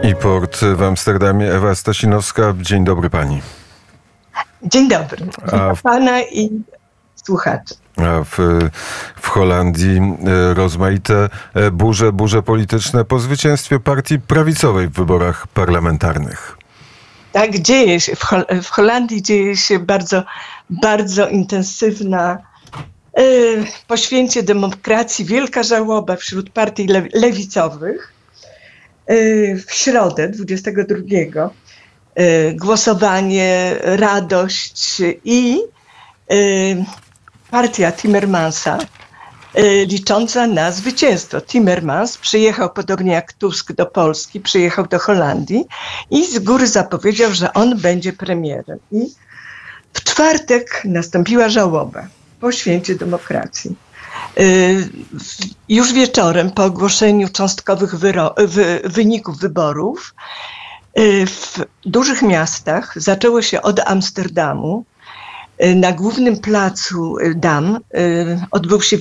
I port w Amsterdamie. Ewa Stasinowska, dzień dobry pani. Dzień dobry. Witam pana i słuchaczy. A w Holandii rozmaite burze polityczne po zwycięstwie partii prawicowej w wyborach parlamentarnych. Tak, dzieje się. W Holandii dzieje się bardzo intensywna poświęcie demokracji, wielka żałoba wśród partii lewicowych. W środę 22 głosowanie, radość i partia Timmermansa licząca na zwycięstwo. Timmermans przyjechał, podobnie jak Tusk, do Polski, przyjechał do Holandii i z góry zapowiedział, że on będzie premierem. I w czwartek nastąpiła żałoba po święcie demokracji. Już wieczorem, po ogłoszeniu cząstkowych wyników wyborów, w dużych miastach, zaczęło się od Amsterdamu, na głównym placu Dam odbył się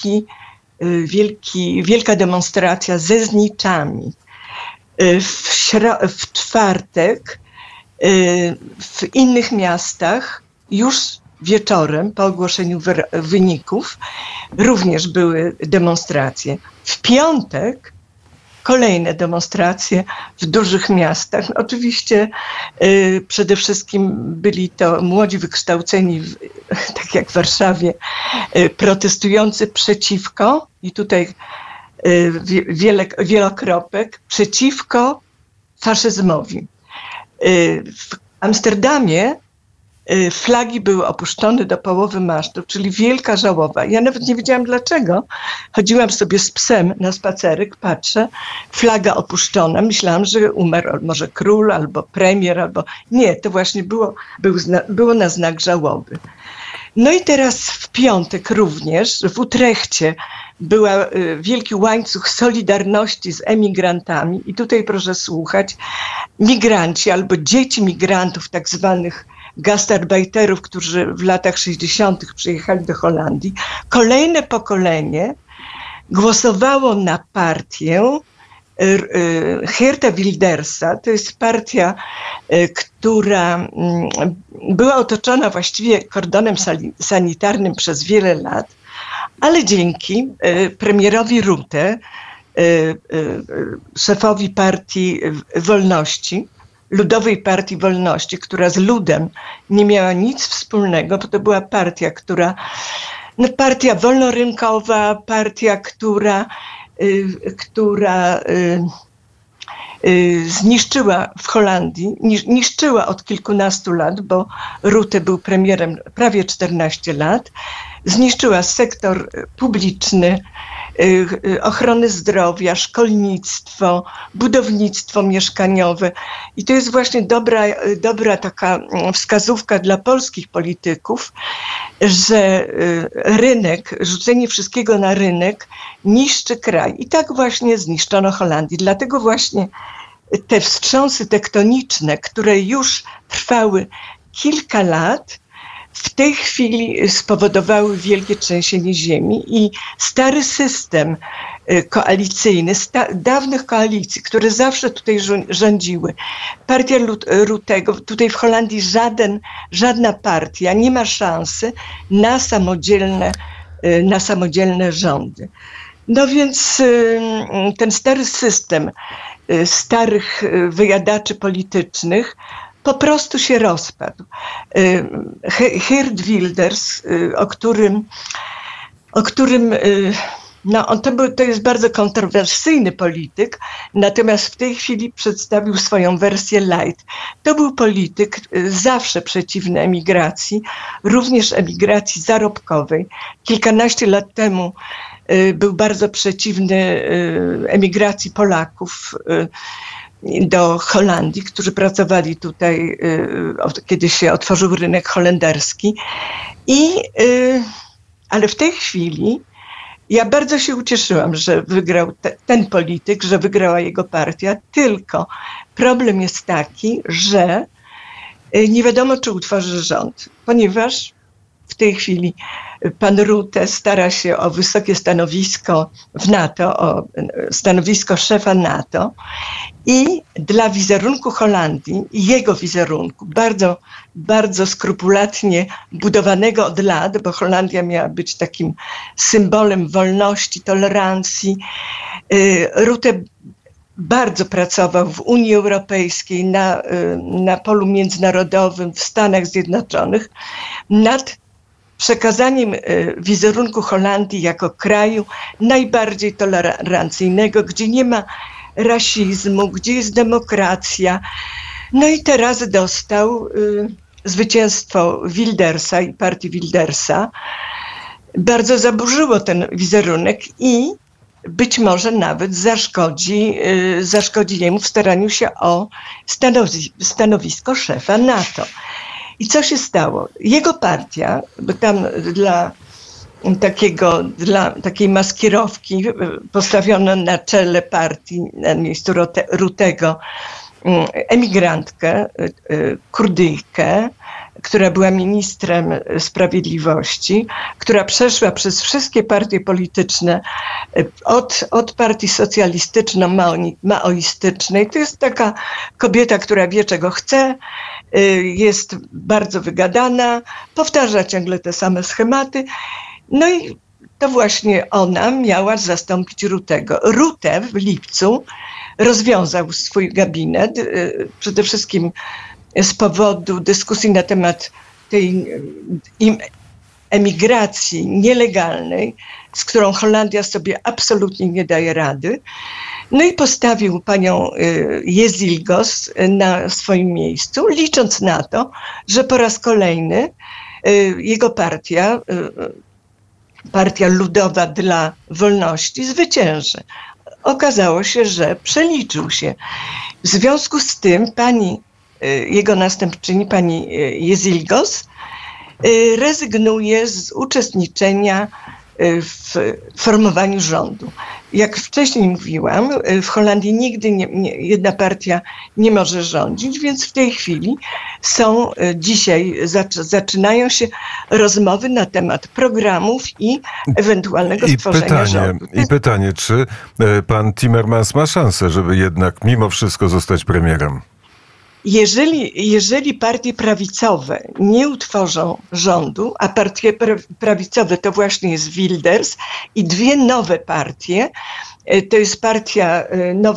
wielka demonstracja ze zniczami. W czwartek w innych miastach już wieczorem po ogłoszeniu wyników również były demonstracje. W piątek kolejne demonstracje w dużych miastach. Oczywiście przede wszystkim byli to młodzi, wykształceni, tak jak w Warszawie, protestujący przeciwko, i tutaj wielokropek, przeciwko faszyzmowi. W Amsterdamie flagi były opuszczone do połowy masztu, czyli wielka żałoba. Ja nawet nie wiedziałam dlaczego. Chodziłam sobie z psem na spacerek, patrzę, flaga opuszczona. Myślałam, że umarł może król albo premier, albo... Nie, to właśnie było na znak żałoby. No i teraz w piątek również w Utrechcie był wielki łańcuch solidarności z emigrantami. I tutaj proszę słuchać, migranci albo dzieci migrantów, tak zwanych gastarbeiterów, którzy w latach 60. przyjechali do Holandii, kolejne pokolenie głosowało na partię Geerta Wildersa. To jest partia, która była otoczona właściwie kordonem sanitarnym przez wiele lat, ale dzięki premierowi Rutte, szefowi Partii Wolności, Ludowej Partii Wolności, która z ludem nie miała nic wspólnego, bo to była partia, partia wolnorynkowa, partia, która zniszczyła w Holandii, niszczyła od kilkunastu lat, bo Rutte był premierem prawie 14 lat, zniszczyła sektor publiczny, ochrony zdrowia, szkolnictwo, budownictwo mieszkaniowe. I to jest właśnie dobra taka wskazówka dla polskich polityków, że rynek, rzucenie wszystkiego na rynek niszczy kraj. I tak właśnie zniszczono Holandię. Dlatego właśnie te wstrząsy tektoniczne, które już trwały kilka lat, w tej chwili spowodowały wielkie trzęsienie ziemi i stary system koalicyjny, dawnych koalicji, które zawsze tutaj rządziły. Partia Ruttego, tutaj w Holandii żadna partia nie ma szansy na samodzielne rządy. No więc ten stary system starych wyjadaczy politycznych po prostu się rozpadł. Geert Wilders, o którym to jest bardzo kontrowersyjny polityk, natomiast w tej chwili przedstawił swoją wersję light. To był polityk zawsze przeciwny emigracji, również emigracji zarobkowej. Kilkanaście lat temu był bardzo przeciwny emigracji Polaków do Holandii, którzy pracowali tutaj, kiedy się otworzył rynek holenderski. Ale w tej chwili ja bardzo się ucieszyłam, że wygrał ten polityk, że wygrała jego partia, tylko problem jest taki, że nie wiadomo, czy utworzy rząd, ponieważ w tej chwili pan Rutte stara się o wysokie stanowisko w NATO, o stanowisko szefa NATO i dla wizerunku Holandii, jego wizerunku, bardzo, bardzo skrupulatnie budowanego od lat, bo Holandia miała być takim symbolem wolności, tolerancji. Rutte bardzo pracował w Unii Europejskiej, na polu międzynarodowym, w Stanach Zjednoczonych nad przekazaniem wizerunku Holandii jako kraju najbardziej tolerancyjnego, gdzie nie ma rasizmu, gdzie jest demokracja. No i teraz dostał zwycięstwo Wildersa i partii Wildersa. Bardzo zaburzyło ten wizerunek i być może nawet zaszkodzi jemu w staraniu się o stanowisko szefa NATO. I co się stało? Jego partia, bo tam dla takiej maskirowki postawiono na czele partii, na miejscu Ruttego, emigrantkę, Kurdyjkę, która była ministrem sprawiedliwości, która przeszła przez wszystkie partie polityczne, od partii socjalistyczno-maoistycznej. To jest taka kobieta, która wie, czego chce, jest bardzo wygadana, powtarza ciągle te same schematy. No i to właśnie ona miała zastąpić Ruttego. Rutte w lipcu rozwiązał swój gabinet, przede wszystkim z powodu dyskusji na temat tej emigracji nielegalnej, z którą Holandia sobie absolutnie nie daje rady. No i postawił panią Jezilgus na swoim miejscu, licząc na to, że po raz kolejny jego Partia Ludowa dla Wolności zwycięży. Okazało się, że przeliczył się. W związku z tym jego następczyni, pani Jezilgus, rezygnuje z uczestniczenia w formowaniu rządu. Jak wcześniej mówiłam, w Holandii nigdy jedna partia nie może rządzić, więc w tej chwili dzisiaj zaczynają się rozmowy na temat programów i ewentualnego stworzenia rządu. I pytanie, czy pan Timmermans ma szansę, żeby jednak mimo wszystko zostać premierem? Jeżeli partie prawicowe nie utworzą rządu, a partie prawicowe to właśnie jest Wilders i dwie nowe partie, to jest partia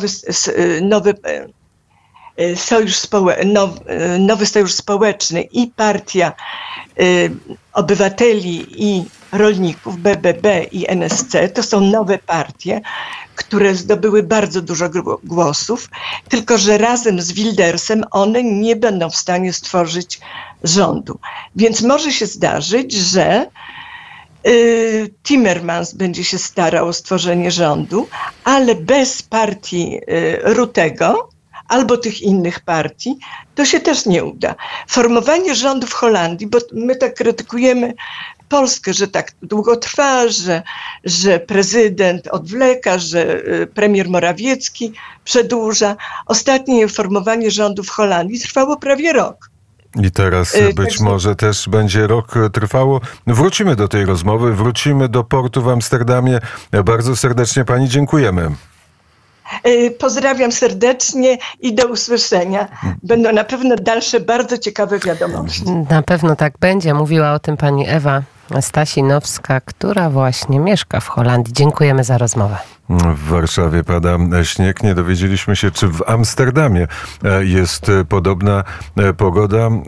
Nowy Sojusz Społeczny i partia Obywateli i Rolników, BBB i NSC, to są nowe partie, które zdobyły bardzo dużo głosów, tylko że razem z Wildersem one nie będą w stanie stworzyć rządu. Więc może się zdarzyć, że Timmermans będzie się starał o stworzenie rządu, ale bez partii Ruttego albo tych innych partii, to się też nie uda. Formowanie rządu w Holandii, bo my tak krytykujemy Polskę, że tak długo trwa, że prezydent odwleka, że premier Morawiecki przedłuża. Ostatnie formowanie rządu w Holandii trwało prawie rok. I teraz być może też będzie rok trwało. Wrócimy do tej rozmowy, wrócimy do portu w Amsterdamie. Bardzo serdecznie pani dziękujemy. Pozdrawiam serdecznie i do usłyszenia. Będą na pewno dalsze bardzo ciekawe wiadomości. Na pewno tak będzie. Mówiła o tym pani Ewa Stasinowska, która właśnie mieszka w Holandii. Dziękujemy za rozmowę. W Warszawie pada śnieg. Nie dowiedzieliśmy się, czy w Amsterdamie jest podobna pogoda.